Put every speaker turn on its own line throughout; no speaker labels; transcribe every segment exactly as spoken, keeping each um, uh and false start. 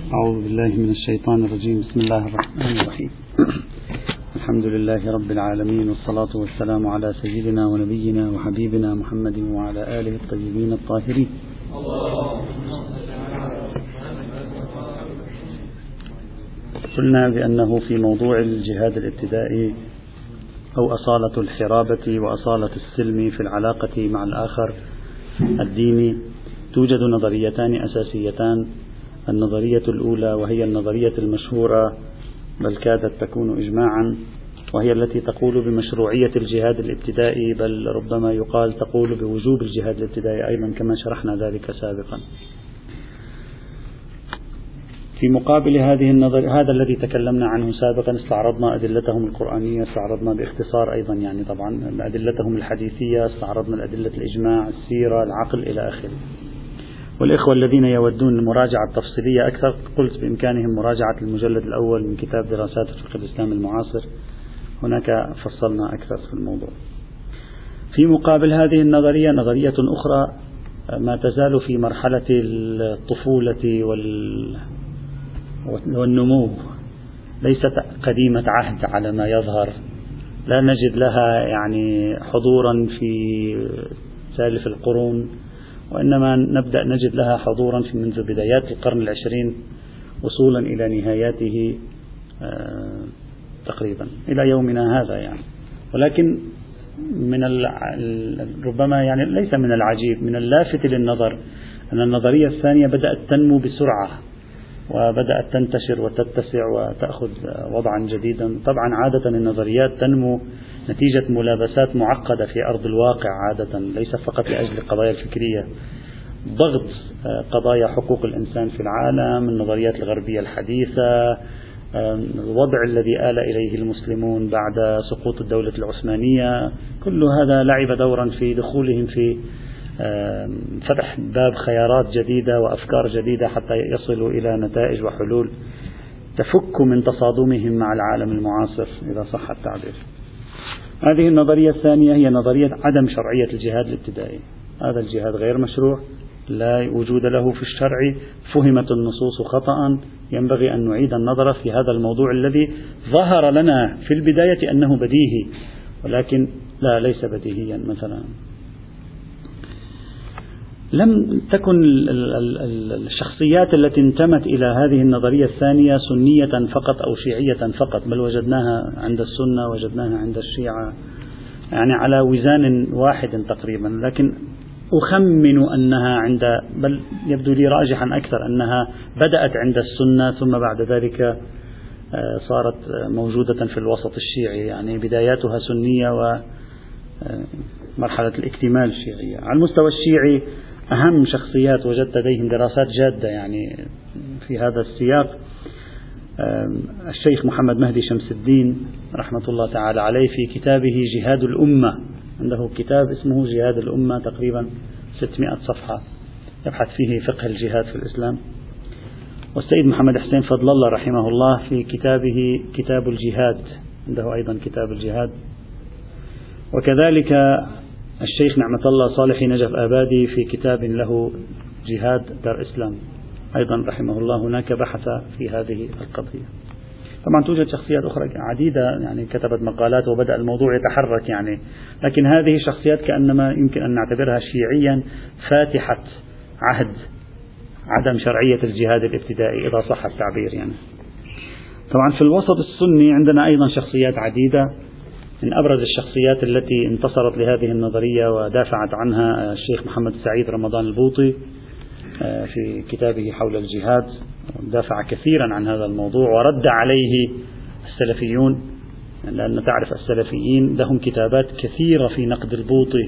أعوذ بالله من الشيطان الرجيم. بسم الله الرحمن الرحيم. الحمد لله رب العالمين، والصلاة والسلام على سيدنا ونبينا وحبيبنا محمد وعلى آله الطيبين الطاهرين. قلنا بأنه في موضوع الجهاد الابتدائي أو أصالة الحرابة وأصالة السلم في العلاقة مع الآخر الديني توجد نظريتان أساسيتان. النظرية الأولى وهي النظرية المشهورة بل كادت تكون إجماعا، وهي التي تقول بمشروعية الجهاد الابتدائي، بل ربما يقال تقول بوجوب الجهاد الابتدائي أيضا كما شرحنا ذلك سابقا. في مقابل هذه النظرية، هذا الذي تكلمنا عنه سابقا، استعرضنا أدلتهم القرآنية، استعرضنا باختصار أيضا يعني طبعا أدلتهم الحديثية، استعرضنا الأدلة الإجماع، السيرة، العقل إلى آخره. والإخوة الذين يودون المراجعة التفصيلية أكثر قلت بإمكانهم مراجعة المجلد الأول من كتاب دراسات الفقه الإسلامي المعاصر، هناك فصلنا أكثر في الموضوع. في مقابل هذه النظرية نظرية أخرى ما تزال في مرحلة الطفولة والنمو، ليست قديمة عهد على ما يظهر، لا نجد لها يعني حضورا في سالف القرون، وإنما نبدأ نجد لها حضورا منذ بدايات القرن العشرين وصولا إلى نهاياته آه تقريبا إلى يومنا هذا يعني. ولكن من ربما يعني ليس من العجيب، من اللافت للنظر أن النظرية الثانية بدأت تنمو بسرعة وبدأت تنتشر وتتسع وتأخذ وضعا جديدا. طبعا عادة النظريات تنمو نتيجة ملابسات معقدة في أرض الواقع، عادة ليس فقط لأجل القضايا الفكرية، ضغط قضايا حقوق الإنسان في العالم، النظريات الغربية الحديثة، الوضع الذي آل إليه المسلمون بعد سقوط الدولة العثمانية، كل هذا لعب دورا في دخولهم في فتح باب خيارات جديدة وأفكار جديدة حتى يصلوا إلى نتائج وحلول تفك من تصادمهم مع العالم المعاصر إذا صح التعبير. هذه النظرية الثانية هي نظرية عدم شرعية الجهاد الابتدائي. هذا الجهاد غير مشروع، لا وجود له في الشرع، فهمت النصوص خطأ، ينبغي أن نعيد النظر في هذا الموضوع الذي ظهر لنا في البداية أنه بديهي، ولكن لا، ليس بديهيا. مثلا لم تكن الشخصيات التي انتمت إلى هذه النظرية الثانية سنية فقط أو شيعية فقط، بل وجدناها عند السنة، وجدناها عند الشيعة، يعني على وزان واحد تقريبا. لكن أخمن أنها عند، بل يبدو لي راجحا أكثر أنها بدأت عند السنة ثم بعد ذلك صارت موجودة في الوسط الشيعي، يعني بداياتها سنية ومرحلة الاكتمال الشيعية. على المستوى الشيعي أهم شخصيات وجدت لديهم دراسات جادة يعني في هذا السياق الشيخ محمد مهدي شمس الدين رحمة الله تعالى عليه في كتابه جهاد الأمة، عنده كتاب اسمه جهاد الأمة تقريبا ستمائة صفحة يبحث فيه فقه الجهاد في الإسلام. والسيد محمد حسين فضل الله رحمه الله في كتابه كتاب الجهاد، عنده أيضا كتاب الجهاد. وكذلك الشيخ نعمة الله صالحي نجف آبادي في كتاب له جهاد دار إسلام أيضا رحمه الله، هناك بحث في هذه القضية. طبعا توجد شخصيات أخرى عديدة يعني كتبت مقالات وبدأ الموضوع يتحرك يعني، لكن هذه شخصيات كأنما يمكن أن نعتبرها شيعيا فاتحة عهد عدم شرعية الجهاد الابتدائي إذا صح التعبير يعني. طبعا في الوسط السني عندنا أيضا شخصيات عديدة، من أبرز الشخصيات التي انتصرت لهذه النظرية ودافعت عنها الشيخ محمد سعيد رمضان البوطي في كتابه حول الجهاد، دافع كثيرا عن هذا الموضوع ورد عليه السلفيون، لأن تعرف السلفيين لهم كتابات كثيرة في نقد البوطي،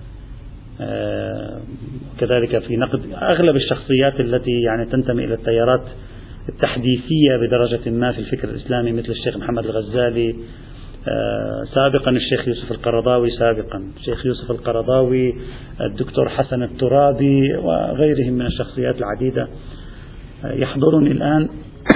كذلك في نقد أغلب الشخصيات التي يعني تنتمي إلى التيارات التحديثية بدرجة ما في الفكر الإسلامي، مثل الشيخ محمد الغزالي، سابقا الشيخ يوسف القرضاوي، سابقا الشيخ يوسف القرضاوي، الدكتور حسن الترابي وغيرهم من الشخصيات العديدة. يحضرني الآن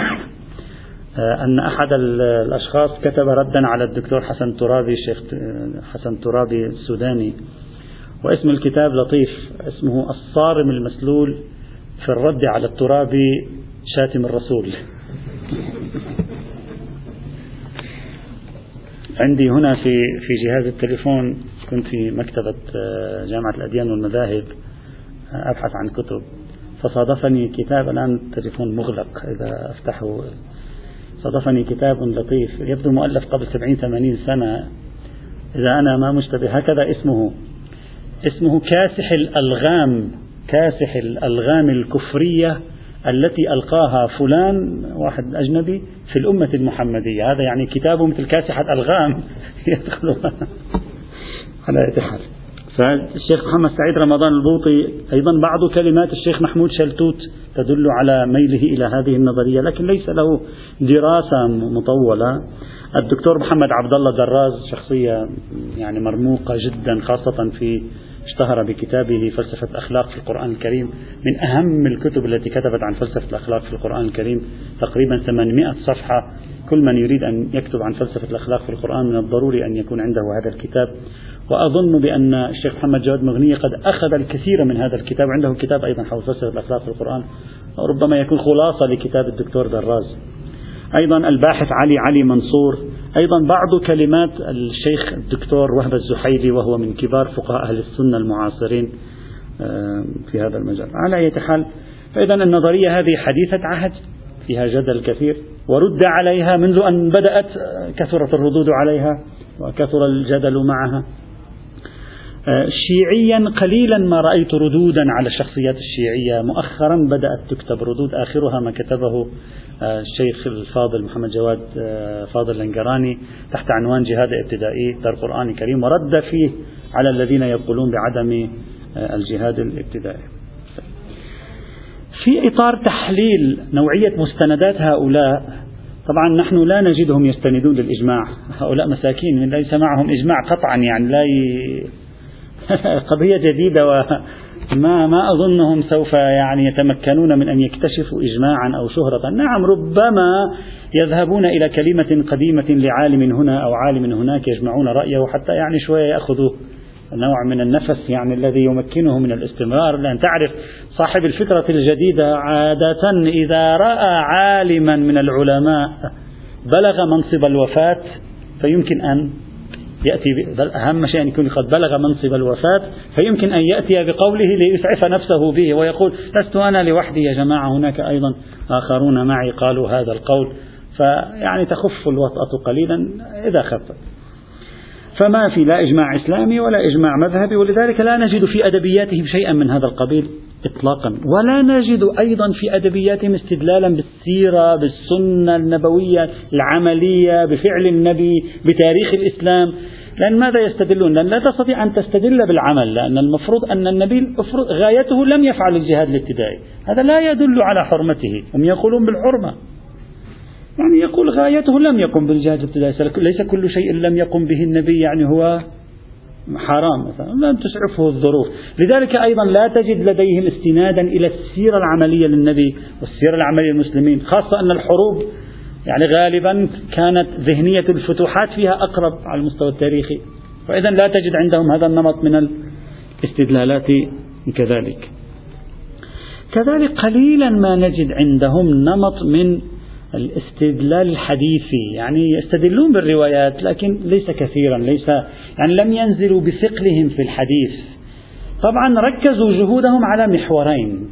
أن أحد الأشخاص كتب ردا على الدكتور حسن ترابي، الشيخ حسن ترابي السوداني، واسم الكتاب لطيف، اسمه الصارم المسلول في الرد على الترابي شاتم الرسول. عندي هنا في في جهاز التليفون، كنت في مكتبة جامعة الأديان والمذاهب أبحث عن كتب، فصادفني كتاب، الآن التليفون مغلق إذا أفتحه، صادفني كتاب لطيف يبدو مؤلف قبل سبعين ثمانين سنة إذا أنا ما مشتبه، هكذا اسمه اسمه كاسح الألغام، كاسح الألغام الكفرية التي ألقاها فلان واحد أجنبي في الأمة المحمدية. هذا يعني كتاب مثل كاسحة ألغام يدخلها على أي حال. فالشيخ محمد سعيد رمضان البوطي أيضا بعض كلمات الشيخ محمود شلتوت تدل على ميله إلى هذه النظرية، لكن ليس له دراسة مطولة. الدكتور محمد عبد الله دراز شخصية يعني مرموقة جدا، خاصة في اشتهر بكتابه فلسفة الأخلاق في القرآن الكريم، من أهم الكتب التي كتبت عن فلسفة الأخلاق في القرآن الكريم، تقريبا ثمانمائة صفحة. كل من يريد أن يكتب عن فلسفة الأخلاق في القرآن من الضروري أن يكون عنده هذا الكتاب. وأظن بأن الشيخ محمد جواد مغنية قد أخذ الكثير من هذا الكتاب، عنده كتاب أيضا حول فلسفة الأخلاق في القرآن، وربما يكون خلاصة لكتاب الدكتور دراز. أيضا الباحث علي علي منصور، أيضا بعض كلمات الشيخ الدكتور وهب الزحيلي وهو من كبار فقهاء أهل السنة المعاصرين في هذا المجال. على أي حال، فإذا النظرية هذه حديثة عهد، فيها جدل كثير، ورد عليها منذ أن بدأت، كثرت الردود عليها وكثر الجدل معها. شيعيا قليلا ما رأيت ردودا على الشخصيات الشيعية، مؤخرا بدأت تكتب ردود، آخرها ما كتبه الشيخ الفاضل محمد جواد فاضل لنجراني تحت عنوان جهاد ابتدائي دار قرآن كريم، ورد فيه على الذين يقولون بعدم الجهاد الابتدائي. في إطار تحليل نوعية مستندات هؤلاء، طبعا نحن لا نجدهم يستندون للإجماع، هؤلاء مساكين ليس معهم إجماع قطعا، يعني لا ي... قضية جديدة، وما ما أظنهم سوف يعني يتمكنون من أن يكتشفوا إجماعا أو شهرة. نعم، ربما يذهبون إلى كلمة قديمة لعالم هنا أو عالم هناك يجمعون رأيه، حتى يعني شوية يأخذوا نوع من النفس يعني الذي يمكنه من الاستمرار. لأن تعرف صاحب الفكرة الجديدة عادة إذا رأى عالما من العلماء بلغ منصب الوفاة فيمكن أن يأتي، بل أهم شيء أن يكون قد بلغ منصب الوفاة، فيمكن أن يأتي بقوله ليسعف نفسه به ويقول لست أنا لوحدي يا جماعة، هناك أيضا آخرون معي قالوا هذا القول، فيعني تخف الوطأة قليلا إذا خفت. فما في لا إجماع إسلامي ولا إجماع مذهبي، ولذلك لا نجد في أدبياتهم شيئا من هذا القبيل إطلاقا، ولا نجد أيضا في أدبياتهم استدلالا بالسيرة، بالسنة النبوية العملية، بفعل النبي، بتاريخ الإسلام. لأن ماذا يستدلون؟ لأن لا تستطيع أن تستدل بالعمل، لأن المفروض أن النبي غايته لم يفعل الجهاد الابتدائي، هذا لا يدل على حرمته، هم يقولون بالحرمة، يعني يقول غايته لم يقم بالجهاد الابتدائي، ليس كل شيء لم يقم به النبي يعني هو حرام مثلا، لم تسعفه الظروف. لذلك أيضا لا تجد لديهم استنادا إلى السيرة العملية للنبي والسيرة العملية للمسلمين، خاصة أن الحروب يعني غالبا كانت ذهنية الفتوحات فيها أقرب على المستوى التاريخي، فإذا لا تجد عندهم هذا النمط من الاستدلالات كذلك. كذلك قليلا ما نجد عندهم نمط من الاستدلال الحديثي، يعني يستدلون بالروايات لكن ليس كثيرا، ليس يعني لم ينزلوا بثقلهم في الحديث. طبعا ركزوا جهودهم على محورين،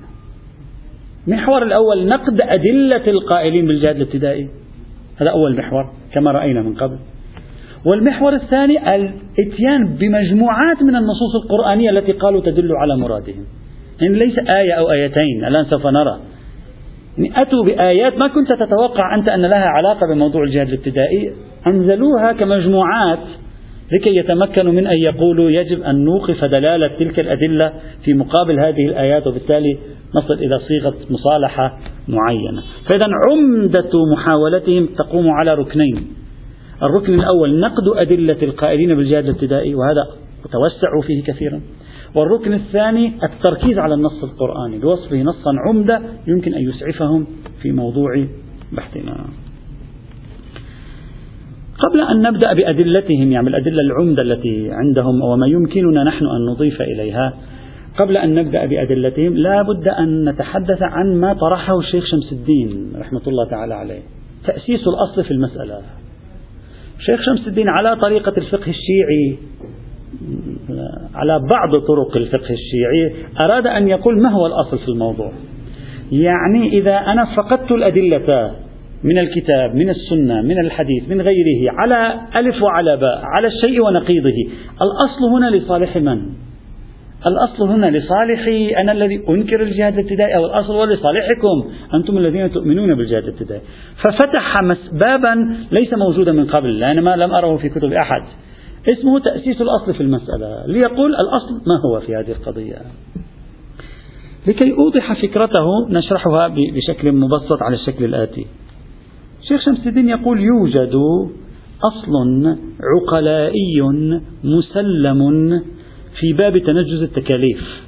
محور الأول نقد أدلة القائلين بالجهاد الابتدائي، هذا أول محور كما رأينا من قبل، والمحور الثاني الاتيان بمجموعات من النصوص القرآنية التي قالوا تدل على مرادهم، يعني ليس آية أو آيتين، الآن سوف نرى، يعني أتوا بآيات ما كنت تتوقع أنت أن لها علاقة بموضوع الجهاد الابتدائي، أنزلوها كمجموعات لكي يتمكنوا من أن يقولوا يجب أن نوقف دلالة تلك الأدلة في مقابل هذه الآيات، وبالتالي نصل إلى صيغة مصالحة معينة. فإذا عمدة محاولتهم تقوم على ركنين، الركن الأول نقد أدلة القائلين بالجهاد الابتدائي، وهذا توسعوا فيه كثيرا، والركن الثاني التركيز على النص القرآني بوصفه نصا عمدة يمكن أن يسعفهم في موضوع بحثنا. قبل أن نبدأ بأدلتهم، يعني الأدلة العمدة التي عندهم وما يمكننا نحن أن نضيف إليها، قبل أن نبدأ بأدلتهم لا بد أن نتحدث عن ما طرحه الشيخ شمس الدين رحمة الله تعالى عليه، تأسيس الأصل في المسألة. الشيخ شمس الدين على طريقة الفقه الشيعي، على بعض طرق الفقه الشيعي، أراد أن يقول ما هو الأصل في الموضوع. يعني إذا أنا فقدت الأدلة من الكتاب من السنة من الحديث من غيره على ألف وعلى باء على الشيء ونقيضه، الأصل هنا لصالح من؟ الأصل هنا لصالحي أنا الذي أنكر الجهاد الابتدائي، أو الأصل هو لصالحكم أنتم الذين تؤمنون بالجهاد الابتدائي. ففتح بابا ليس موجودا من قبل، لأن ما لم أره في كتب أحد، اسمه تأسيس الأصل في المسألة، ليقول الأصل ما هو في هذه القضية. لكي أوضح فكرته نشرحها بشكل مبسط على الشكل الآتي. الشيخ شمس الدين يقول يوجد أصل عقلائي مسلم في باب تنجز التكاليف،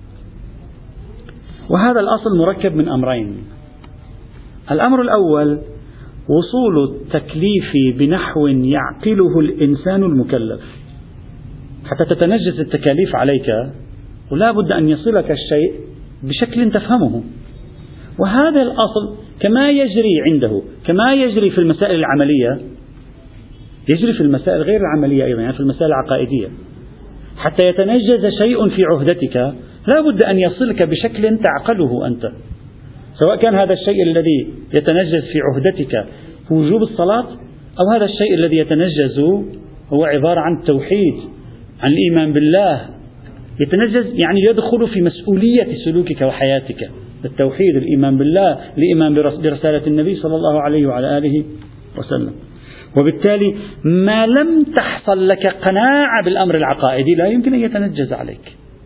وهذا الأصل مركب من أمرين. الأمر الأول وصول التكليف بنحو يعقله الإنسان المكلف. حتى تتنجز التكاليف عليك ولا بد أن يصلك الشيء بشكل تفهمه، وهذا الأصل كما يجري عنده كما يجري في المسائل العملية يجري في المسائل غير العملية أيضا، يعني في المسائل العقائدية. حتى يتنجز شيء في عهدتك لا بد أن يصلك بشكل تعقله أنت، سواء كان هذا الشيء الذي يتنجز في عهدتك وجوب الصلاة، أو هذا الشيء الذي يتنجز هو عبارة عن التوحيد، عن الإيمان بالله، يتنجز يعني يدخل في مسؤولية سلوكك وحياتك، التوحيد، الإيمان بالله، الإيمان برسالة النبي صلى الله عليه وعلى آله وسلم. وبالتالي ما لم تحصل لك قناعة بالأمر العقائدي لا يمكن أن يتنجز عليك.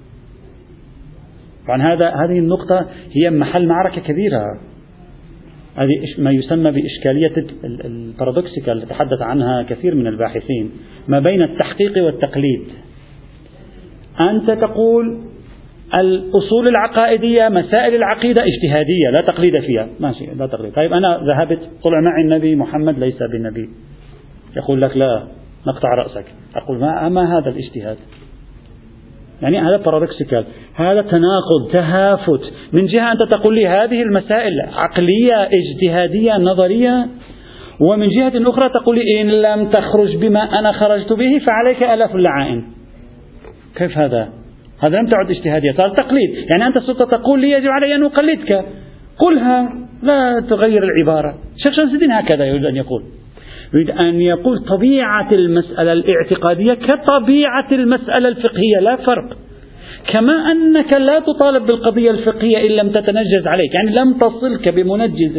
طبعا هذا هذه النقطة هي محل معركة كبيرة، هذه ما يسمى بإشكالية البارادوكسيكال التي تحدث عنها كثير من الباحثين، ما بين التحقيق والتقليد. أنت تقول الأصول العقائدية مسائل العقيدة اجتهادية لا تقليد فيها، ماشي لا تقليد. طيب أنا ذهبت طلع معي النبي محمد ليس بنبي، يقول لك لا نقطع رأسك، أقول ما أما هذا الاجتهاد، يعني هذا بارادوكسيكال، هذا تناقض تهافت. من جهة أنت تقول لي هذه المسائل عقلية اجتهادية نظرية، ومن جهة أخرى تقول لي إن لم تخرج بما أنا خرجت به فعليك آلاف اللعائن. كيف هذا؟ هذا لم تعد اجتهادية، صار تقليد. يعني أنت صرت تقول لي يجب علي أن أقلدك، قلها لا تغير العبارة. الشيخ شمس الدين هكذا يريد أن يقول، يريد أن يقول طبيعة المسألة الاعتقادية كطبيعة المسألة الفقهية لا فرق، كما أنك لا تطالب بالقضية الفقهية إن لم تتنجز عليك، يعني لم تصلك بمنجز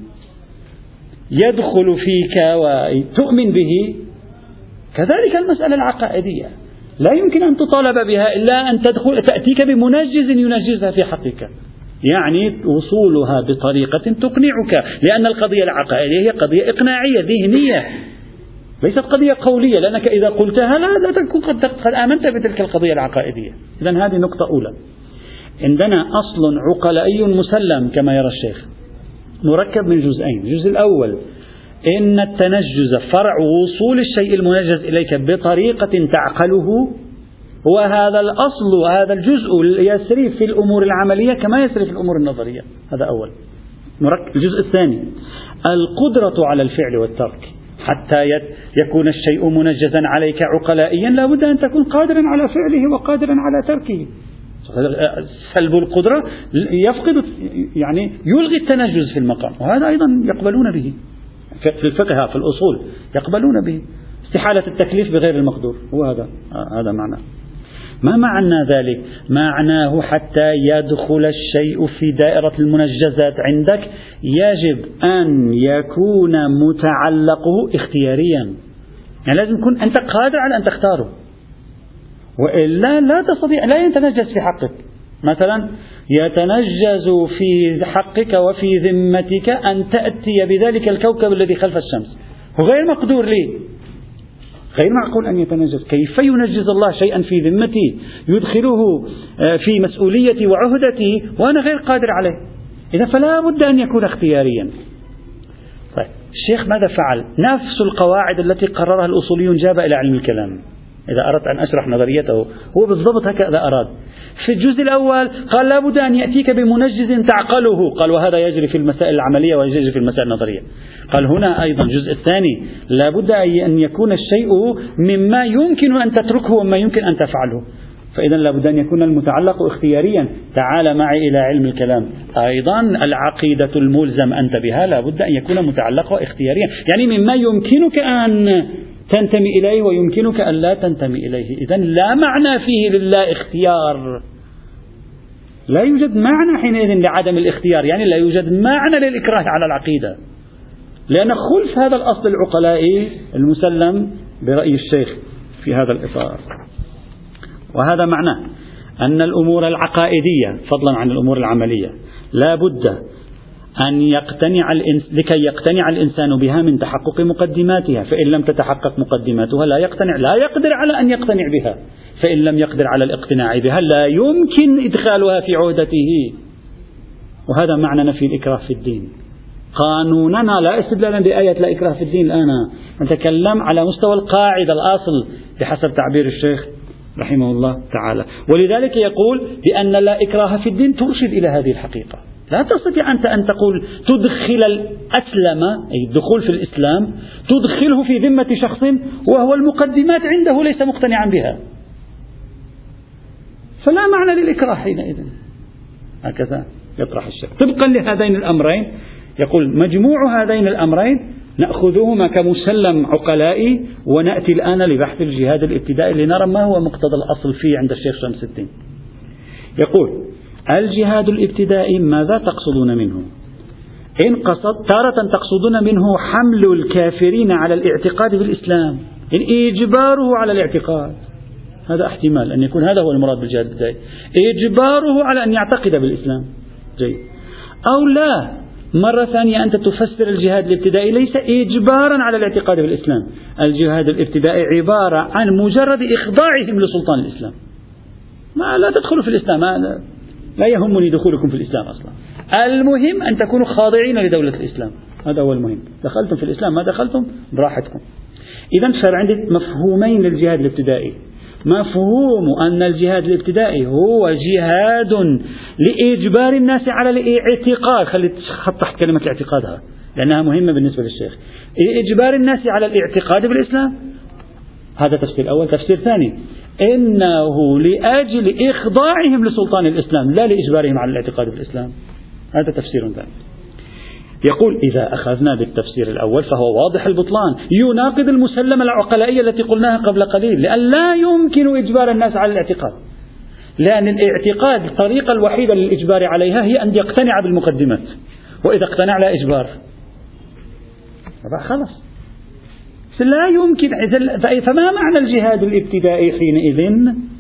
يدخل فيك وتؤمن به، كذلك المسألة العقائدية لا يمكن أن تطالب بها إلا أن تدخل تأتيك بمنجز ينجزها في حقك، يعني وصولها بطريقة تقنعك، لأن القضية العقائدية هي قضية إقناعية ذهنية ليست قضية قولية، لأنك إذا قلتها لا, لا تكون قد, قد آمنت بتلك القضية العقائدية. إذن هذه نقطة أولى. عندنا أصل عقلائي مسلم كما يرى الشيخ مركب من جزئين. الجزء الأول إن التنجز فرع وصول الشيء المنجز إليك بطريقة تعقله، وهذا الأصل وهذا الجزء يسري في الأمور العملية كما يسري في الأمور النظرية. هذا أول مركب. الجزء الثاني القدرة على الفعل والترك. حتى يكون الشيء منجزا عليك عقلائيا لا بد أن تكون قادرا على فعله وقادرا على تركه. سلب القدرة يفقد يعني يلغي التنجز في المقام، وهذا أيضا يقبلون به في الفقه في الأصول، يقبلون به استحالة التكليف بغير المقدور، وهذا هذا معنى. ما معنى ذلك؟ معناه حتى يدخل الشيء في دائرة المنجزات عندك يجب أن يكون متعلقه اختياريا، يعني لازم يكون أنت قادر على أن تختاره، وإلا لا تستطيع لا يتنجز في حقك. مثلا يتنجز في حقك وفي ذمتك أن تأتي بذلك الكوكب الذي خلف الشمس، وغير مقدور لي، غير معقول أن يتنجز. كيف ينجز الله شيئا في ذمتي يدخله في مسؤوليتي وعهدتي وأنا غير قادر عليه؟ إذا فلا بد أن يكون اختياريا. طيب الشيخ ماذا فعل؟ نفس القواعد التي قررها الأصوليون جاب إلى علم الكلام. إذا أردت أن أشرح نظريته هو بالضبط هكذا أراد. في الجزء الأول قال لا بد أن يأتيك بمنجز تعقله، قال وهذا يجري في المسائل العملية ويجري في المسائل النظرية. قال هنا أيضا الجزء الثاني لا بد أن يكون الشيء مما يمكن أن تتركه وما يمكن أن تفعله، فإذا لا بد أن يكون المتعلق اختياريا. تعال معي إلى علم الكلام، أيضا العقيدة الملزم أنت بها لا بد أن يكون متعلقا اختياريا، يعني مما يمكنك أن تنتمي إليه ويمكنك أن لا تنتمي إليه. إذن لا معنى فيه لله اختيار، لا يوجد معنى حينئذ لعدم الاختيار، يعني لا يوجد معنى للإكراه على العقيدة، لأن خلف هذا الأصل العقلائي المسلم برأي الشيخ في هذا الإطار. وهذا معناه أن الأمور العقائدية فضلا عن الأمور العملية لا بد أن يقتنع الإنس... لكي يقتنع الإنسان بها من تحقق مقدماتها، فإن لم تتحقق مقدماتها لا يقتنع، لا يقدر على أن يقتنع بها، فإن لم يقدر على الاقتناع بها لا يمكن إدخالها في عهدته. وهذا معنى نفي الإكراه في الدين قانوننا، لا استدلالا بآية لا إكراه في الدين. الآن نتكلم على مستوى القاعدة الأصل بحسب تعبير الشيخ رحمه الله تعالى. ولذلك يقول بأن لا إكراه في الدين ترشد إلى هذه الحقيقة. لا تستطيع أنت أن تقول تدخل الأسلم أي الدخول في الإسلام تدخله في ذمة شخص وهو المقدمات عنده ليس مقتنعا بها، فلا معنى للإكراه حينئذ. هكذا يطرح الشيخ. طبقا لهذين الأمرين يقول مجموع هذين الأمرين نأخذهما كمسلم عقلائي، ونأتي الآن لبحث الجهاد الابتدائي لنرى ما هو مقتضى الأصل فيه عند الشيخ شمس الدين. يقول الجهاد الابتدائي ماذا تقصدون منه؟ إن قصد تارة تقصدون منه حمل الكافرين على الاعتقاد بالإسلام، إن إجباره على الاعتقاد، هذا احتمال أن يكون هذا هو المراد بالجهاد الابتدائي، إجباره على أن يعتقد بالإسلام. جيد. أو لا، مرة ثانية أنت تفسر الجهاد الابتدائي ليس إجبارا على الاعتقاد بالإسلام، الجهاد الابتدائي عبارة عن مجرد إخضاعهم لسلطان الإسلام. ما لا تدخلوا في الإسلام، ما لا يهمني دخولكم في الإسلام أصلا، المهم أن تكونوا خاضعين لدولة الإسلام، هذا هو المهم. دخلتم في الإسلام ما دخلتم براحتكم. إذا صار عندي مفهومين للجهاد الابتدائي. مفهوم أن الجهاد الابتدائي هو جهاد لإجبار الناس على الاعتقاد، خلي خط تحت كلمة الاعتقاد هذا لأنها مهمة بالنسبة للشيخ، إجبار الناس على الاعتقاد بالإسلام. هذا تفسير أول. تفسير ثاني إنه لأجل إخضاعهم لسلطان الإسلام لا لإجبارهم على الاعتقاد بالإسلام، هذا تفسير ثاني. يقول إذا أخذنا بالتفسير الأول فهو واضح البطلان، يناقض المسلمة العقلائية التي قلناها قبل قليل، لأن لا يمكن إجبار الناس على الاعتقاد، لأن الاعتقاد الطريقة الوحيدة للإجبار عليها هي أن يقتنع بالمقدمات، وإذا اقتنع لا إجبار خلاص لا يمكن. فما معنى الجهاد الابتدائي حينئذ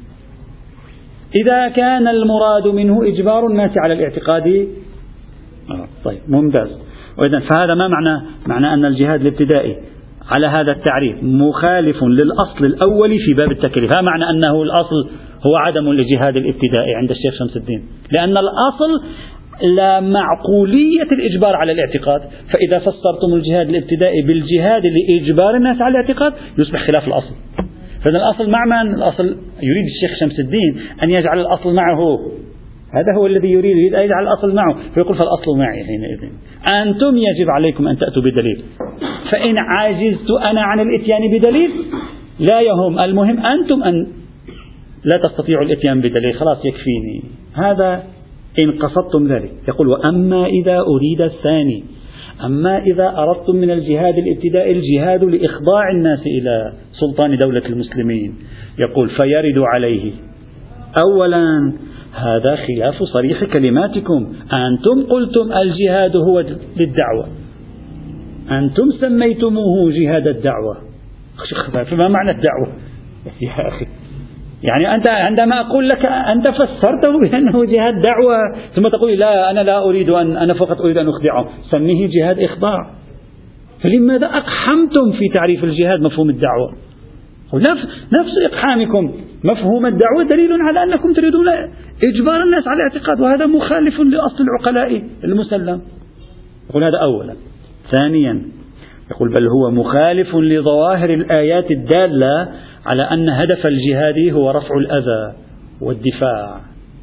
إذا كان المراد منه إجبار الناس على الاعتقاد؟ آه طيب ممتاز. وإذن فهذا ما معنى معنى أن الجهاد الابتدائي على هذا التعريف مخالف للأصل الأول في باب التكليف. ها معنى أنه الأصل هو عدم الجهاد الابتدائي عند الشيخ شمس الدين، لأن الأصل لا معقولية الإجبار على الاعتقاد، فإذا فسرتم الجهاد الابتدائي بالجهاد لإجبار الناس على الاعتقاد يصبح خلاف الأصل. فإذا الأصل مع من؟ الأصل يريد الشيخ شمس الدين أن يجعل الأصل معه، هذا هو الذي يريد يريد أن يجعل الأصل معه، فيقول فالأصل معي حينئذ. أنتم يجب عليكم أن تأتوا بدليل، فإن عجزت أنا عن الإتيان بدليل لا يهم، المهم أنتم أن لا تستطيعوا الإتيان بدليل، خلاص يكفيني هذا إن قصدتم ذلك. يقول وأما إذا أريد الثاني، أما إذا أردتم من الجهاد الابتدائي الجهاد لإخضاع الناس إلى سلطان دولة المسلمين، يقول فيرد عليه أولا هذا خلاف صريح كلماتكم، أنتم قلتم الجهاد هو للدعوة، أنتم سميتموه جهاد الدعوة، فما معنى الدعوة يا أخي؟ يعني أنت عندما أقول لك أنت فسرته بأنه جهاد دعوة ثم تقول لا أنا لا أريد أن أنا فقط أريد أن أخضعه، سميه جهاد إخضاع. فلماذا أقحمتم في تعريف الجهاد مفهوم الدعوة؟ نفس نفس إقحامكم مفهوم الدعوة دليل على أنكم تريدون إجبار الناس على الاعتقاد، وهذا مخالف لأصل العقلاء المسلم. يقول هذا أولا. ثانيا يقول بل هو مخالف لظواهر الآيات الدالة على أن هدف الجهاد هو رفع الأذى والدفاع.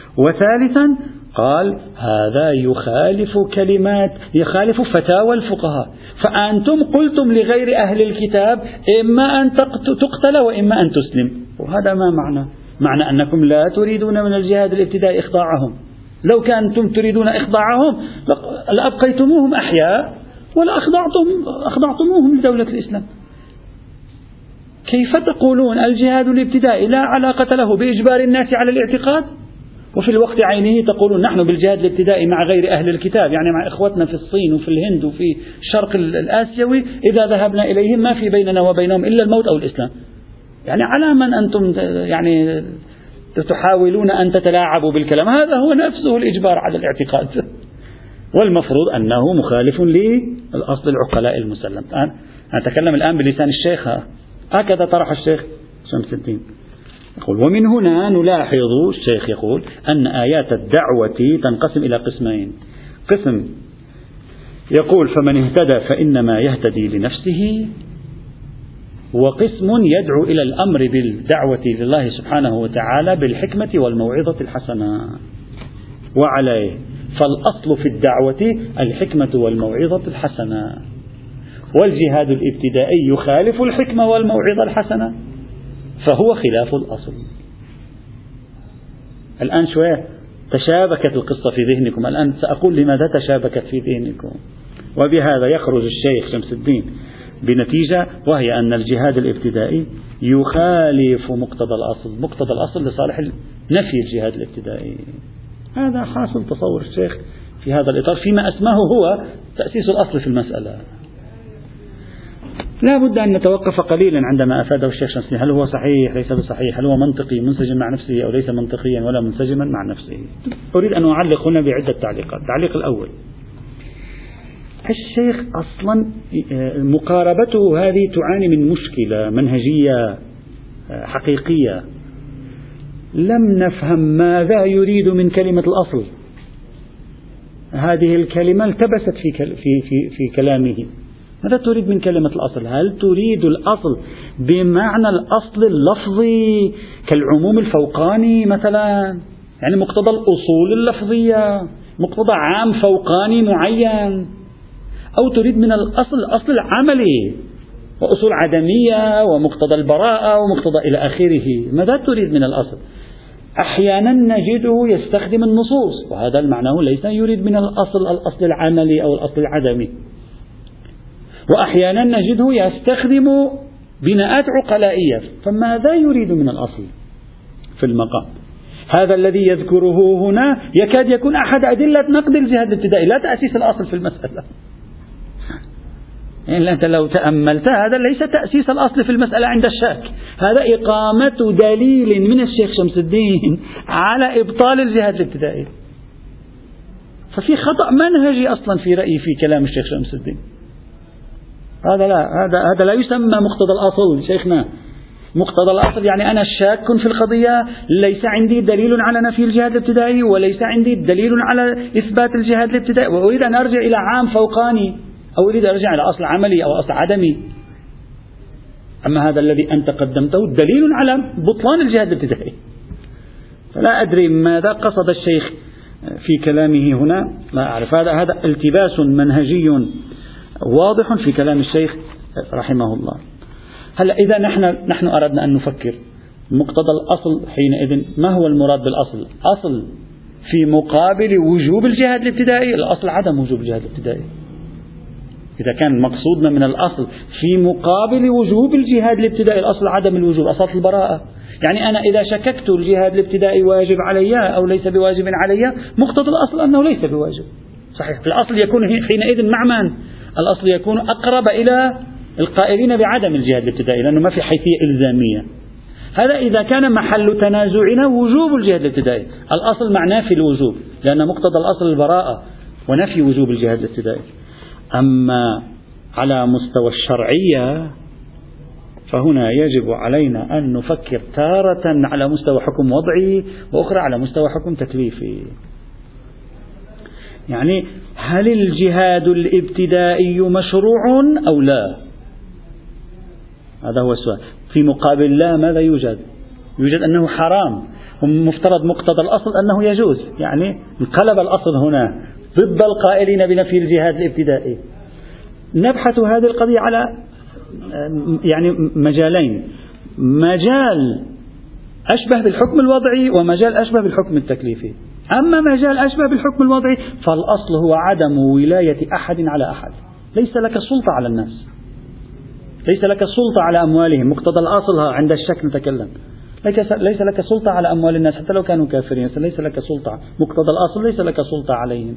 وثالثا قال هذا يخالف كلمات يخالف فتاوى الفقهاء، فأنتم قلتم لغير أهل الكتاب إما أن تقتل وإما أن تسلم، وهذا ما معنى معنى أنكم لا تريدون من الجهاد الابتدائي إخضاعهم. لو كنتم تريدون إخضاعهم لأبقيتموهم أحياء ولا أخضعتم أخضعتموهم لدولة الإسلام. كيف تقولون الجهاد الابتدائي لا علاقة له بإجبار الناس على الاعتقاد، وفي الوقت عينه تقولون نحن بالجهاد الابتدائي مع غير أهل الكتاب، يعني مع إخوتنا في الصين وفي الهند وفي الشرق الآسيوي، إذا ذهبنا إليهم ما في بيننا وبينهم إلا الموت أو الإسلام. يعني على من أنتم يعني تحاولون أن تتلاعبوا بالكلام؟ هذا هو نفسه الإجبار على الاعتقاد، والمفروض أنه مخالف للأصل العقلاء المسلم. أنا أتكلم الآن بلسان الشيخ، هكذا طرح الشيخ شمس الدين. يقول ومن هنا نلاحظ، الشيخ يقول أن آيات الدعوة تنقسم إلى قسمين. قسم يقول فمن اهتدى فإنما يهتدي لنفسه، وقسم يدعو إلى الأمر بالدعوة لله سبحانه وتعالى بالحكمة والموعظة الحسنة. وعليه فالأصل في الدعوة الحكمة والموعظة الحسنة، والجهاد الابتدائي يخالف الحكمة والموعظة الحسنة فهو خلاف الأصل. الآن شوية تشابكت القصة في ذهنكم، الآن سأقول لماذا تشابكت في ذهنكم. وبهذا يخرج الشيخ شمس الدين بنتيجة، وهي أن الجهاد الابتدائي يخالف مقتضى الأصل، مقتضى الأصل لصالح نفي الجهاد الابتدائي. هذا حاصل تصور الشيخ في هذا الإطار فيما أسماه هو تأسيس الأصل في المسألة. لا بد أن نتوقف قليلا عندما أفاده الشيخ شمس، هل هو صحيح ليس بصحيح، هل هو منطقي منسجم مع نفسه أو ليس منطقيا ولا منسجما مع نفسه. أريد أن أعلق هنا بعدة تعليقات. التعليق الأول، الشيخ أصلا مقاربته هذه تعاني من مشكلة منهجية حقيقية. لم نفهم ماذا يريد من كلمة الأصل. هذه الكلمة التبست في في في في كلامه. ماذا تريد من كلمة الأصل؟ هل تريد الأصل بمعنى الأصل اللفظي كالعموم الفوقاني مثلا، يعني مقتضى الأصول اللفظية، مقتضى عام فوقاني معين، أو تريد من الأصل الأصل العملي وأصول عدمية ومقتضى البراءة ومقتضى إلى آخره؟ ماذا تريد من الأصل؟ أحيانا نجده يستخدم النصوص، وهذا المعنى ليس يريد من الأصل الأصل العملي أو الأصل العدمي. وأحيانا نجده يستخدم بناءات عقلائية، فماذا يريد من الأصل في المقام؟ هذا الذي يذكره هنا يكاد يكون أحد أدلة نقد الجهاد الابتدائي، لا تأسيس الأصل في المسألة. يعني أنت لو تأملت هذا ليس تأسيس الأصل في المسألة عند الشك، هذا إقامة دليل من الشيخ شمس الدين على إبطال الجهاد الابتدائي. ففي خطأ منهجي أصلا في رأيي في كلام الشيخ شمس الدين. هذا لا هذا هذا لا يسمى مقتضى الأصل شيخنا. مقتضى الأصل يعني أنا شاك في القضية، ليس عندي دليل على نفي الجهاد الابتدائي وليس عندي دليل على إثبات الجهاد الابتدائي، وأريد أن أرجع إلى عام فوقاني أو أريد أن أرجع إلى أصل عملي أو أصل عدمي. أما هذا الذي أنت قدمته دليل على بطلان الجهاد الابتدائي. فلا أدري ماذا قصد الشيخ في كلامه هنا، لا أعرف. هذا هذا التباس منهجي واضح في كلام الشيخ رحمه الله. هلا إذا نحن نحن أردنا أن نفكر مقتضى الأصل حينئذ ما هو المراد بالأصل؟ أصل في مقابل وجوب الجهاد الابتدائي، الأصل عدم وجوب الجهاد الابتدائي. إذا كان مقصودنا من الأصل في مقابل وجوب الجهاد الابتدائي، الأصل عدم الوجوب، أصل البراءة. يعني أنا إذا شككت الجهاد الابتدائي واجب علي أو ليس بواجب علي، مقتضى الأصل أنه ليس بواجب. صحيح الأصل يكون حينئذ مع من؟ الأصل يكون أقرب إلى القائلين بعدم الجهاد الابتدائي، لأنه ما في حيثية إلزامية. هذا إذا كان محل تنازعنا وجوب الجهاد الابتدائي، الأصل معناه في الوجوب، لأن مقتضى الأصل البراءة ونفي وجوب الجهاد الابتدائي. أما على مستوى الشرعية فهنا يجب علينا أن نفكر تارة على مستوى حكم وضعي وأخرى على مستوى حكم تكليفي. يعني هل الجهاد الابتدائي مشروع أو لا؟ هذا هو السؤال. في مقابل لا ماذا يوجد؟ يوجد أنه حرام. ومفترض مقتضى الأصل أنه يجوز، يعني انقلب الأصل هنا ضد القائلين بنفي الجهاد الابتدائي. نبحث هذه القضية على يعني مجالين، مجال أشبه بالحكم الوضعي ومجال أشبه بالحكم التكليفي. أما مجال أشبه بالحكم الوضعي فالأصل هو عدم ولاية أحد على أحد، ليس لك سلطة على الناس، ليس لك سلطة على أموالهم، مقتضى الأصل عند الشك نتكلم، ليس لك سلطة على أموال الناس حتى لو كانوا كافرين، ليس لك سلطة، مقتضى الأصل ليس لك سلطة عليهم،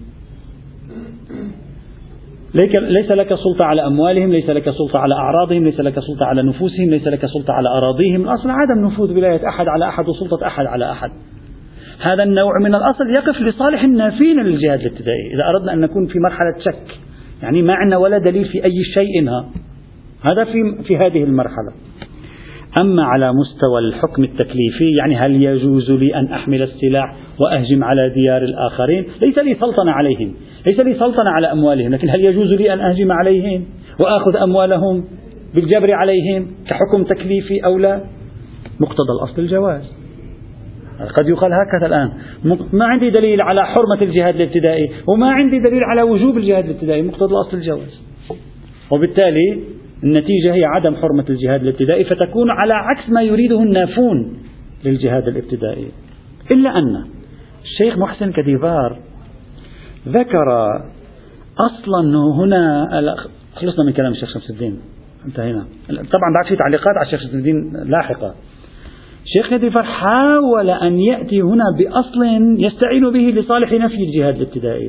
ليس لك سلطة على أموالهم، ليس لك سلطة على أعراضهم، ليس لك سلطة على نفوسهم، ليس لك سلطة على أراضيهم. الأصل عدم نفوذ ولاية أحد على أحد وسلطة أحد على أحد. هذا النوع من الأصل يقف لصالح النافين للجهاد الابتدائي إذا أردنا أن نكون في مرحلة شك، يعني ما عندنا ولا دليل في أي شيء، هذا في في هذه المرحلة. أما على مستوى الحكم التكليفي، يعني هل يجوز لي أن أحمل السلاح وأهجم على ديار الآخرين؟ ليس لي سلطنة عليهم، ليس لي سلطنة على أموالهم، لكن هل يجوز لي أن أهجم عليهم وأخذ أموالهم بالجبر عليهم كحكم تكليفي أو لا؟ مقتضى الأصل الجواز. قد يقال هكذا الآن، ما عندي دليل على حرمة الجهاد الابتدائي وما عندي دليل على وجوب الجهاد الابتدائي، مقتضى الأصل الجواز، وبالتالي النتيجة هي عدم حرمة الجهاد الابتدائي، فتكون على عكس ما يريده النافون للجهاد الابتدائي. إلا أن الشيخ محسن كديفار ذكر أصلا هنا، خلصنا من كلام الشيخ شمس الدين، انتهينا، طبعا بعد في تعليقات على الشيخ شمس الدين لاحقة. الشيخ كديفار حاول أن يأتي هنا بأصل يستعين به لصالح نفي الجهاد الابتدائي،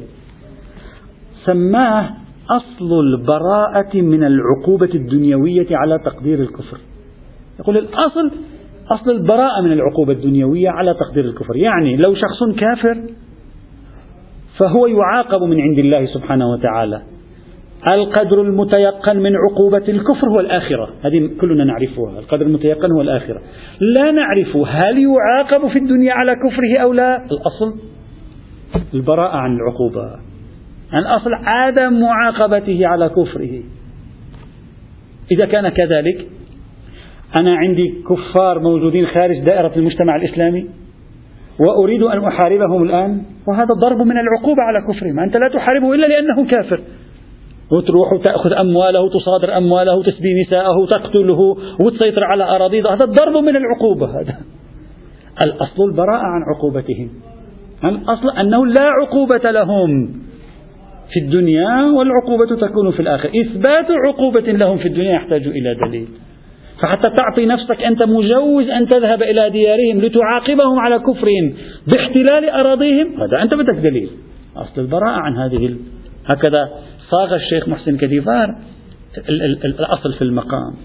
سماه أصل البراءة من العقوبة الدنيوية على تقدير الكفر. يقول الأصل أصل البراءة من العقوبة الدنيوية على تقدير الكفر، يعني لو شخص كافر فهو يعاقب من عند الله سبحانه وتعالى، القدر المتيقن من عقوبة الكفر هو الآخرة، هذه كلنا نعرفها، القدر المتيقن هو الآخرة، لا نعرف هل يعاقب في الدنيا على كفره أو لا. الأصل البراءة عن العقوبة، الأصل عدم معاقبته على كفره. إذا كان كذلك أنا عندي كفار موجودين خارج دائرة المجتمع الإسلامي وأريد أن أحاربهم الآن، وهذا ضرب من العقوبة على كفرهم. أنت لا تحاربه إلا لأنه كافر، وتروح وتأخذ أمواله وتصادر أمواله وتسبي نساءه وتقتله وتسيطر على أراضيه، هذا ضرب من العقوبة. هذا الأصل البراءة عن عقوبتهم، الأصل أنه لا عقوبة لهم في الدنيا والعقوبة تكون في الآخرة. إثبات عقوبة لهم في الدنيا يحتاج إلى دليل، فحتى تعطي نفسك أنت مجوز أن تذهب إلى ديارهم لتعاقبهم على كفرهم باحتلال أراضيهم، هذا أنت بدك دليل. أصل البراءة عن هذه ال... هكذا صاغ الشيخ محسن كديفار الأصل في المقام.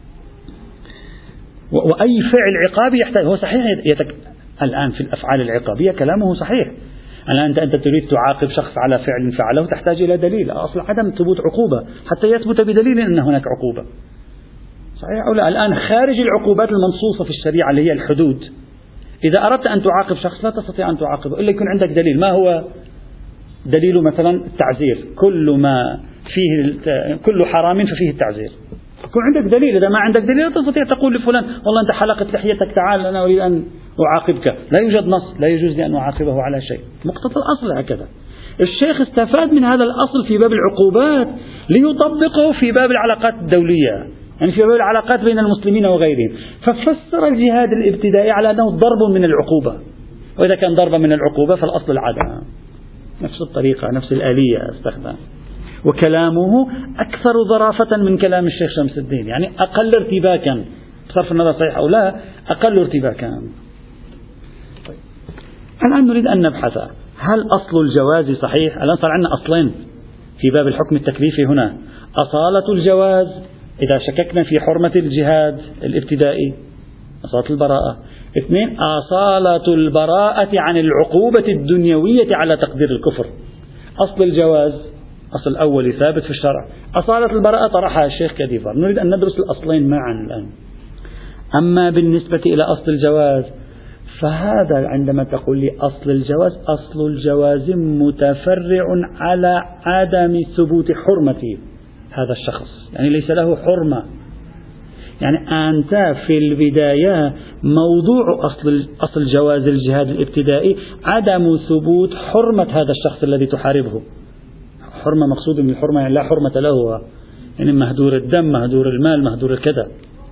وأي فعل عقابي يحتاج، هو صحيح يتك... الآن في الأفعال العقابية كلامه صحيح، الآن أنت أنت تريد تعاقب شخص على فعل فعله تحتاج إلى دليل، أصل عدم ثبوت عقوبة حتى يثبت بدليل أن هناك عقوبة، صحيح أو لا؟ الآن خارج العقوبات المنصوصة في الشريعة اللي هي الحدود، إذا أردت أن تعاقب شخص لا تستطيع أن تعاقبه إلا يكون عندك دليل. ما هو دليله؟ مثلا التعزير، كل ما فيه كل حرام ففيه التعزير، يكون عندك دليل. إذا ما عندك دليل لا تستطيع تقول لفلان والله أنت حلقت لحيتك تعال أنا أريد أن أعاقبك، لا يوجد نص، لا يجوز لي أن أعاقبه على شيء، مقتضى الأصل هكذا. الشيخ استفاد من هذا الأصل في باب العقوبات ليطبقه في باب العلاقات الدولية، يعني في باب العلاقات بين المسلمين وغيرهم، ففسر الجهاد الابتدائي على أنه ضرب من العقوبة، وإذا كان ضربا من العقوبة فالأصل العدم، نفس الطريقة نفس الآلية استخدام. وكلامه أكثر ظرافة من كلام الشيخ شمس الدين، يعني أقل ارتباكا، بصرف النظر صحيح أو لا، أقل ارتباكا. طيب. الآن نريد أن نبحث هل أصل الجواز صحيح؟ الآن صار عندنا أصلين في باب الحكم التكليفي هنا، أصالة الجواز إذا شككنا في حرمة الجهاد الابتدائي، أصالة البراءة. اثنين، أصالة البراءة عن العقوبة الدنيوية على تقدير الكفر. أصل الجواز أصل أولي ثابت في الشرع، أصالة البراءة طرحها الشيخ كديفار. نريد أن ندرس الأصلين معا الآن. أما بالنسبة إلى أصل الجواز فهذا عندما تقول لي أصل الجواز، أصل الجواز متفرع على عدم ثبوت حرمة هذا الشخص، يعني ليس له حرمة. يعني أنت في البداية موضوع أصل أصل جواز الجهاد الابتدائي عدم ثبوت حرمة هذا الشخص الذي تحاربه. حرمة مقصود من الحرمة يعني لا حرمة له، يعني مهدور الدم، مهدور المال، مهدور الكذا.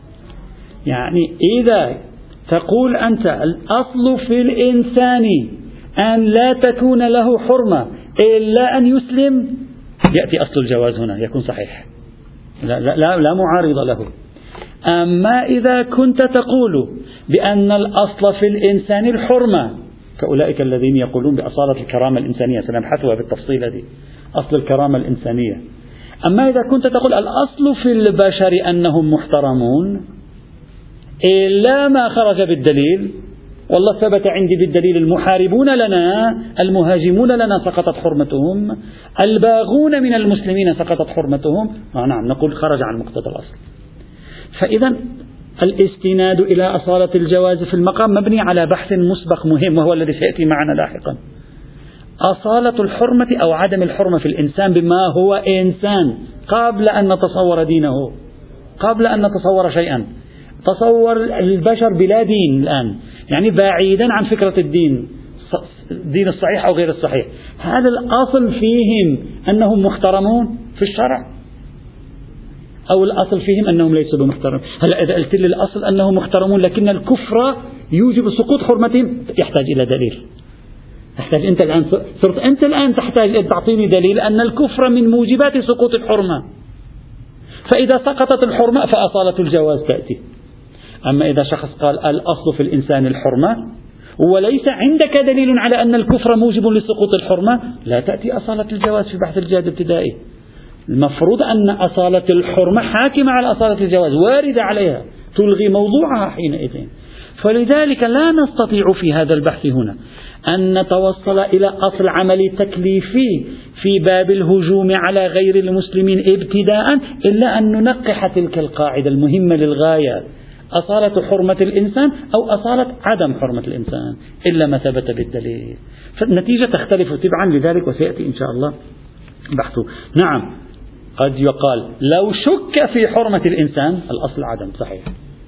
يعني إذا تقول أنت الأصل في الإنسان أن لا تكون له حرمة إلا أن يسلم، يأتي أصل الجواز هنا يكون صحيح، لا, لا, لا, لا معارض له. أما إذا كنت تقول بأن الأصل في الإنسان الحرمة كأولئك الذين يقولون بأصالة الكرامة الإنسانية، سنبحثها بالتفصيل هذه أصل الكرامة الإنسانية. أما إذا كنت تقول الأصل في البشر أنهم محترمون إلا ما خرج بالدليل، والله ثبت عندي بالدليل المحاربون لنا المهاجمون لنا سقطت حرمتهم، الباغون من المسلمين سقطت حرمتهم، آه نعم نقول خرج عن مقتضى الأصل. فإذا الاستناد إلى أصالة الجواز في المقام مبني على بحث مسبق مهم، وهو الذي سيأتي معنا لاحقا. أصالة الحرمة أو عدم الحرمة في الإنسان بما هو إنسان قبل أن نتصور دينه، قبل أن نتصور شيئا. تصور البشر بلا دين الآن، يعني بعيدا عن فكرة الدين، الدين الصحيح أو غير الصحيح. هذا الأصل فيهم أنهم محترمون في الشرع، أو الأصل فيهم أنهم ليسوا بمحترمين. هلا إذا قلت لي الأصل أنهم محترمون لكن الكفر يوجب سقوط حرمتهم، يحتاج إلى دليل. تحتاج أنت الآن صرت أنت الآن تحتاج أن تعطيني دليل أن الكفر من موجبات سقوط الحرمة. فإذا سقطت الحرمة فأصالة الجواز تأتي. أما إذا شخص قال الأصل في الإنسان الحرمة وليس عندك دليل على أن الكفر موجب لسقوط الحرمة، لا تأتي أصالة الجواز في بحث الجهاد الابتدائي. المفروض أن أصالة الحرمة حاكمة على أصالة الجواز، واردة عليها، تلغي موضوعها حينئذ. فلذلك لا نستطيع في هذا البحث هنا أن نتوصل إلى أصل عملي تكليفي في باب الهجوم على غير المسلمين ابتداء إلا أن ننقح تلك القاعدة المهمة للغاية، أصالة حرمة الإنسان أو أصالة عدم حرمة الإنسان إلا ما ثبت بالدليل. فالنتيجة تختلف تبعا لذلك، وسيأتي إن شاء الله بحثه. نعم قد يقال لو شك في حرمة الإنسان الأصل عدم، صحيح.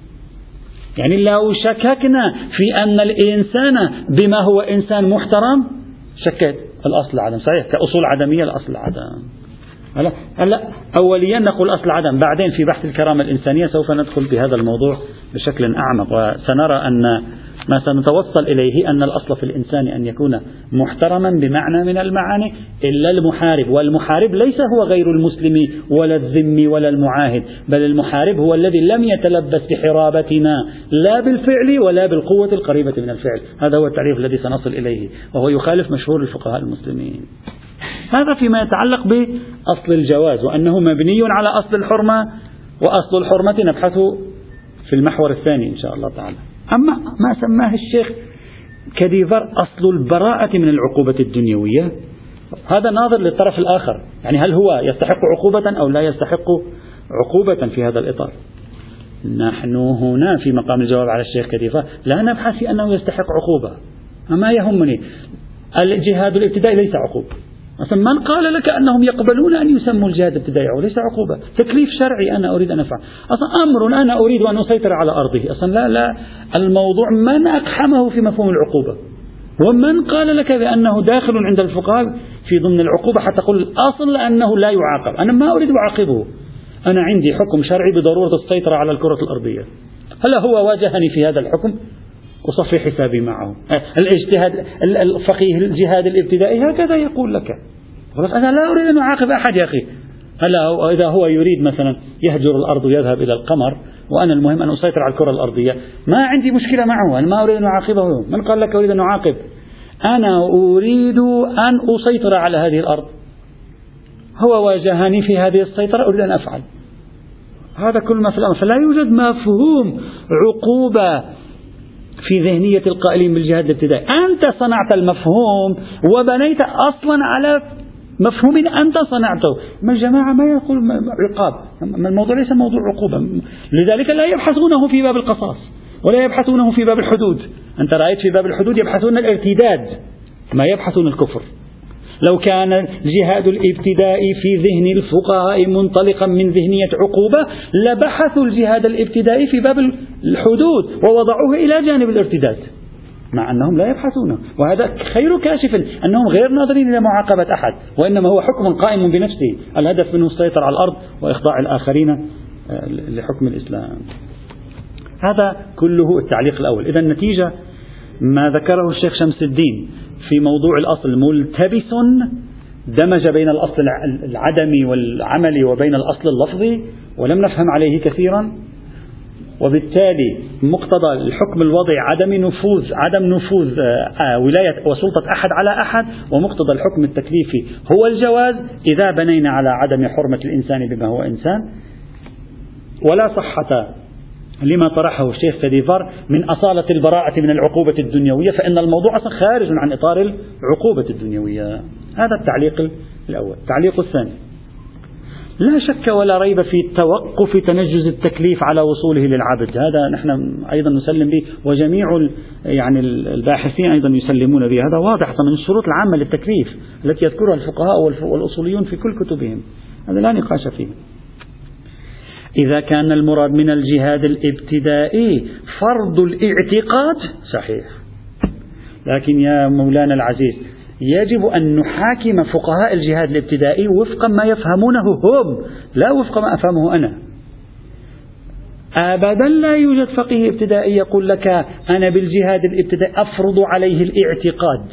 يعني لو شككنا في أن الإنسان بما هو إنسان محترم شكت، الأصل عدم، صحيح. كأصول عدمية الأصل عدم. هلا هلا أوليا نقول أصل عدم، بعدين في بحث الكرامة الإنسانية سوف ندخل بهذا الموضوع بشكل أعمق، وسنرى أن ما سنتوصل إليه أن الأصل في الإنسان أن يكون محترما بمعنى من المعاني إلا المحارب. والمحارب ليس هو غير المسلم ولا الذمي ولا المعاهد، بل المحارب هو الذي لم يتلبس بحرابتنا لا بالفعل ولا بالقوة القريبة من الفعل. هذا هو التعريف الذي سنصل إليه، وهو يخالف مشهور الفقهاء المسلمين. هذا فيما يتعلق بأصل الجواز، وأنه مبني على أصل الحرمة، وأصل الحرمة نبحثه في المحور الثاني إن شاء الله تعالى. أما ما سماه الشيخ كديفر أصل البراءة من العقوبة الدنيوية، هذا ناظر للطرف الآخر، يعني هل هو يستحق عقوبة أو لا يستحق عقوبة في هذا الإطار. نحن هنا في مقام الجواب على الشيخ كديفر لا نبحث في أنه يستحق عقوبة. أما يهمني الجهاد الابتدائي ليس عقوبة. مثلا من قال لك أنهم يقبلون أن يسموا الجهاد الابتدائي وليس عقوبة، تكليف شرعي أنا أريد أن أفعل، أصلا أمر أنا أريد أن أسيطر على أرضه، أصلا لا لا الموضوع من أقحمه في مفهوم العقوبة، ومن قال لك بأنه داخل عند الفقهاء في ضمن العقوبة حتى تقول الأصل أنه لا يعاقب. أنا ما أريد أعاقبه، أنا عندي حكم شرعي بضرورة السيطرة على الكرة الأرضية. هل هو واجهني في هذا الحكم؟ وصفي حسابي معه. الاجتهاد الفقيه الجهاد الابتدائي هكذا يقول لك، أنا لا أريد أن أعاقب أحد يا أخي. هلا إذا هو يريد مثلا يهجر الأرض ويذهب إلى القمر وأنا المهم أن أسيطر على الكرة الأرضية، ما عندي مشكلة معه، أنا ما أريد أن أعاقبه. من قال لك أريد أن أعاقب؟ أنا أريد أن أسيطر على هذه الأرض، هو واجهني في هذه السيطرة أريد أن أفعل. هذا كل ما في الأمر. فلا يوجد مفهوم عقوبة في ذهنية القائلين بالجهاد الابتدائي. أنت صنعت المفهوم وبنيت أصلا على مفهوم أنت صنعته. ما الجماعة ما يقول عقاب، الموضوع ليس موضوع عقوبة، لذلك لا يبحثونه في باب القصاص ولا يبحثونه في باب الحدود. أنت رأيت في باب الحدود يبحثون الارتداد، ما يبحثون الكفر. لو كان الجهاد الابتدائي في ذهن الفقهاء منطلقا من ذهنية عقوبة لبحثوا الجهاد الابتدائي في باب الحدود ووضعوه إلى جانب الارتداد، مع أنهم لا يبحثونه، وهذا خير كاشف أنهم غير ناظرين إلى معاقبة أحد، وإنما هو حكم قائم بنفسه، الهدف منه السيطرة على الأرض وإخضاع الآخرين لحكم الإسلام. هذا كله التعليق الأول. إذا النتيجة ما ذكره الشيخ شمس الدين في موضوع الأصل ملتبس، دمج بين الأصل العدمي والعملي وبين الأصل اللفظي ولم نفهم عليه كثيرا، وبالتالي مقتضى الحكم الوضعي عدم نفوذ عدم نفوذ ولاية وسلطة أحد على أحد، ومقتضى الحكم التكليفي هو الجواز إذا بنينا على عدم حرمة الإنسان بما هو إنسان. ولا صحة لما طرحه الشيخ سديفار من أصالة البراءة من العقوبة الدنيوية، فإن الموضوع أصلا خارج عن إطار العقوبة الدنيوية. هذا التعليق الأول. التعليق الثاني: لا شك ولا ريب في توقف تنجز التكليف على وصوله للعبد، هذا نحن أيضا نسلم به، وجميع يعني الباحثين أيضا يسلمون به، هذا واضح من الشروط العامة للتكليف التي يذكرها الفقهاء والأصوليون في كل كتبهم، هذا لا نقاش فيه. إذا كان المراد من الجهاد الابتدائي فرض الاعتقاد صحيح، لكن يا مولانا العزيز يجب أن نحاكم فقهاء الجهاد الابتدائي وفق ما يفهمونه هم، لا وفق ما أفهمه أنا. أبدا لا يوجد فقيه ابتدائي يقول لك أنا بالجهاد الابتدائي أفرض عليه الاعتقاد،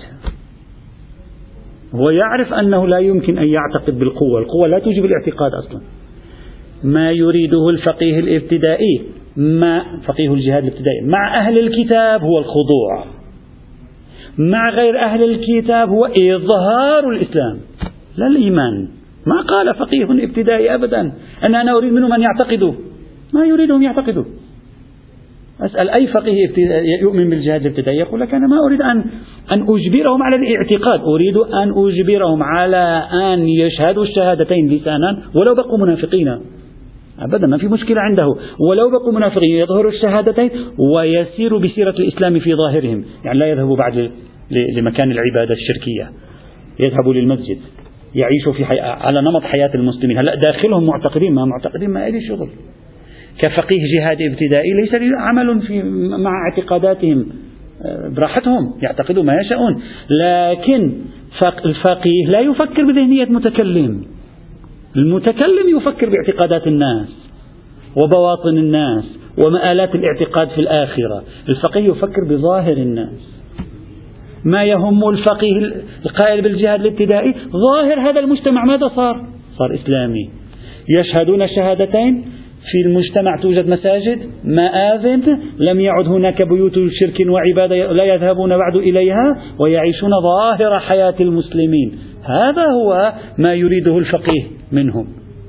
هو يعرف أنه لا يمكن أن يعتقد بالقوة، القوة لا توجب الاعتقاد أصلا. ما يريده الفقيه الابتدائي ما فقيه الجهاد الابتدائي مع أهل الكتاب هو الخضوع، مع غير أهل الكتاب هو إظهار الإسلام لا الإيمان. ما قال فقيه ابتدائي أبدا أن أنا أريد منهم أن يعتقدوا، ما يريدهم يعتقدوا. أسأل أي فقيه يؤمن بالجهاد الابتدائي يقول لك أنا ما أريد أن أن أجبرهم على الاعتقاد، أريد أن أجبرهم على أن يشهدوا الشهادتين لسانا ولو بقوا منافقين، أبدا ما في مشكلة عنده، ولو بقوا منافقين يظهروا الشهادتين ويسيروا بسيرة الإسلام في ظاهرهم، يعني لا يذهبوا بعد لمكان العبادة الشركية، يذهبوا للمسجد يعيشوا في حي... على نمط حياة المسلمين. هلا داخلهم معتقدين، ما معتقدين ما لي شغل. كفقيه جهاد ابتدائي ليس لي عمل في مع اعتقاداتهم، براحتهم يعتقدوا ما يشاءون، لكن الفقيه لا يفكر بذهنية متكلم، المتكلم يفكر باعتقادات الناس وبواطن الناس ومآلات الاعتقاد في الآخرة، الفقيه يفكر بظاهر الناس. ما يهم الفقيه القائل بالجهاد الابتدائي ظاهر هذا المجتمع، ماذا صار؟ صار إسلامي، يشهدون الشهادتين، في المجتمع توجد مساجد، مآذن، لم يعد هناك بيوت شرك وعبادة لا يذهبون بعد إليها، ويعيشون ظاهر حياة المسلمين. هذا هو ما يريده الفقيه منهم.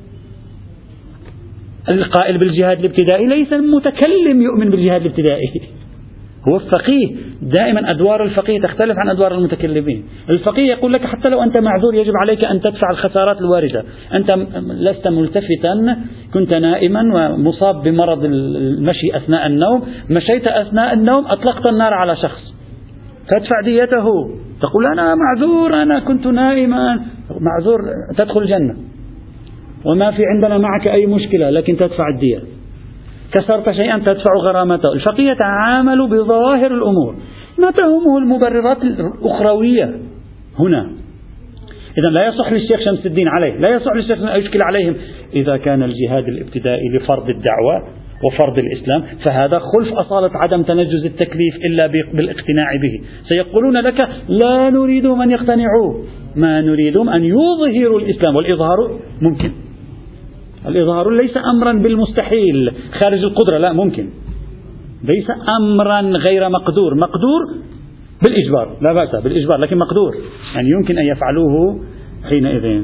القائل بالجهاد الابتدائي ليس المتكلم يؤمن بالجهاد الابتدائي، هو الفقيه. دائما أدوار الفقيه تختلف عن أدوار المتكلمين. الفقيه يقول لك حتى لو أنت معذور يجب عليك أن تدفع الخسارات الواردة، أنت لست ملتفتا، كنت نائما ومصاب بمرض المشي أثناء النوم، مشيت أثناء النوم أطلقت النار على شخص، تدفع ديته، تقول أنا معذور، أنا كنت نائما، معذور، تدخل الجنة وما في عندنا معك أي مشكلة، لكن تدفع الدية. كسرت شيئا تدفع غرامته. الفقيه يتعامل بظواهر الأمور، ما تهمه المبررات الأخروية هنا. إذا لا يصح للشيخ شمس الدين عليه، لا يصح للشيخ أن يشكل عليهم إذا كان الجهاد الابتدائي لفرض الدعوة وفرض الإسلام، فهذا خلف أصالة عدم تنجز التكليف إلا بالاقتناع به. سيقولون لك لا نريدهم أن يقتنعوا، ما نريدهم أن يظهروا الإسلام، والإظهار ممكن، الإظهار ليس أمرا بالمستحيل خارج القدرة، لا ممكن، ليس أمرا غير مقدور، مقدور بالإجبار لا بأس بالإجبار، لكن مقدور يعني يمكن أن يفعلوه حينئذ.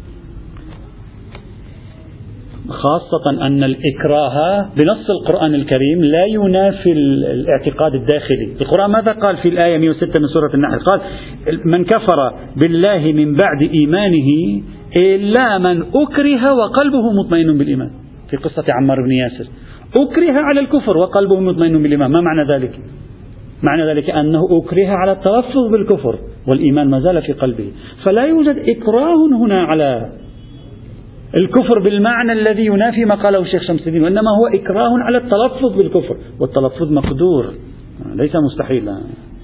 خاصة أن الإكراه بنص القرآن الكريم لا ينافي الاعتقاد الداخلي. القرآن ماذا قال في الآية مئة وستة من سورة النحل؟ قال من كفر بالله من بعد إيمانه إلا من أكره وقلبه مطمئن بالإيمان، في قصة عمار بن ياسر، أكره على الكفر وقلبه مطمئن بالإيمان. ما معنى ذلك؟ معنى ذلك أنه أكره على التلفظ بالكفر والإيمان ما زال في قلبه، فلا يوجد إكراه هنا على الكفر بالمعنى الذي ينافي ما قاله الشيخ شمس الدين، وإنما هو إكراه على التلفظ بالكفر، والتلفظ مقدور ليس مستحيلا.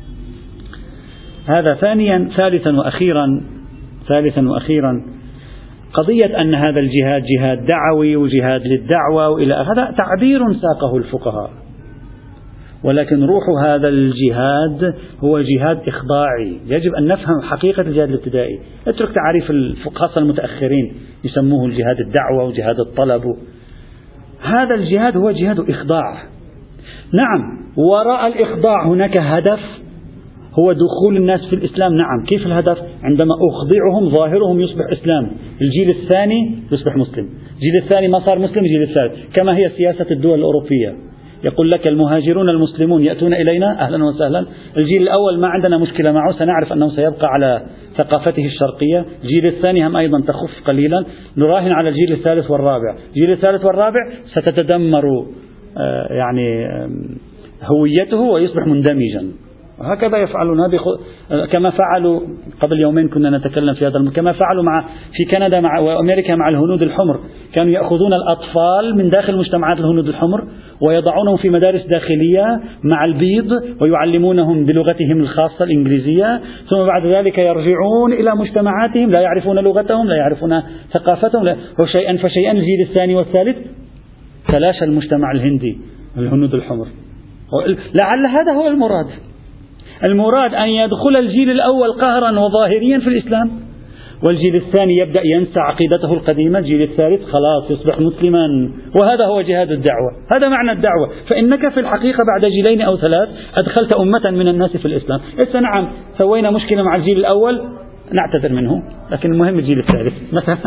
هذا ثانيا. ثالثا وأخيرا ثالثا وأخيرا قضية أن هذا الجهاد جهاد دعوي وجهاد للدعوة وإلى هذا تعبير ساقه الفقهاء، ولكن روح هذا الجهاد هو جهاد إخضاعي. يجب أن نفهم حقيقة الجهاد الابتدائي، اترك تعريف الفقهاء المتأخرين يسموه الجهاد الدعوة وجهاد الطلب. هذا الجهاد هو جهاد إخضاع. نعم، وراء الإخضاع هناك هدف هو دخول الناس في الإسلام. نعم، كيف الهدف؟ عندما أخضعهم ظاهرهم يصبح إسلام، الجيل الثاني يصبح مسلم، الجيل الثاني ما صار مسلم، الجيل الثالث، كما هي سياسة الدول الأوروبية. يقول لك المهاجرون المسلمون يأتون إلينا أهلا وسهلا، الجيل الأول ما عندنا مشكلة معه، سنعرف أنه سيبقى على ثقافته الشرقية، الجيل الثاني هم أيضا تخف قليلا، نراهن على الجيل الثالث والرابع، الجيل الثالث والرابع ستتدمر آه يعني آه هويته ويصبح مندمجا. وهكذا يفعلون بخ... كما فعلوا قبل يومين كنا نتكلم في هذا، كما فعلوا مع في كندا مع وأمريكا مع الهنود الحمر، كانوا يأخذون الأطفال من داخل مجتمعات الهنود الحمر ويضعونهم في مدارس داخلية مع البيض ويعلمونهم بلغتهم الخاصة الإنجليزية، ثم بعد ذلك يرجعون إلى مجتمعاتهم لا يعرفون لغتهم لا يعرفون ثقافتهم لا... وشيئا فشيئا الجيل الثاني والثالث تلاشى المجتمع الهندي الهنود الحمر. لعل هذا هو المراد. المراد أن يدخل الجيل الأول قهرا وظاهريا في الإسلام، والجيل الثاني يبدأ ينسى عقيدته القديمة، الجيل الثالث خلاص يصبح مسلما. وهذا هو جهاد الدعوة، هذا معنى الدعوة. فإنك في الحقيقة بعد جيلين أو ثلاث أدخلت أمة من الناس في الإسلام. إذا نعم سوينا مشكلة مع الجيل الأول نعتذر منه، لكن المهم الجيل الثالث مثلا.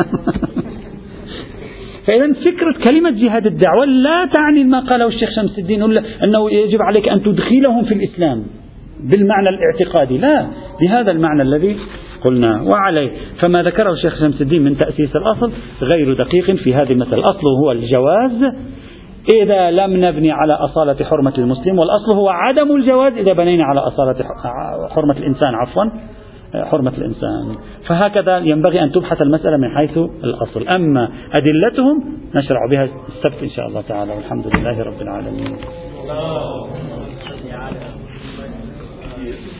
فإذا فكرة كلمة جهاد الدعوة لا تعني ما قاله الشيخ شمس الدين أنه يجب عليك أن تدخلهم في الإسلام بالمعنى الاعتقادي، لا، بهذا المعنى الذي قلنا وعليه. فما ذكره الشيخ شمس الدين من تأسيس الأصل غير دقيق في هذه المسألة. الأصل هو الجواز إذا لم نبني على أصالة حرمة المسلم، والأصل هو عدم الجواز إذا بنينا على أصالة حرمة الإنسان عفوا حرمة الإنسان. فهكذا ينبغي أن تبحث المسألة من حيث الأصل. أما أدلتهم نشرع بها السبت إن شاء الله تعالى، والحمد لله رب العالمين.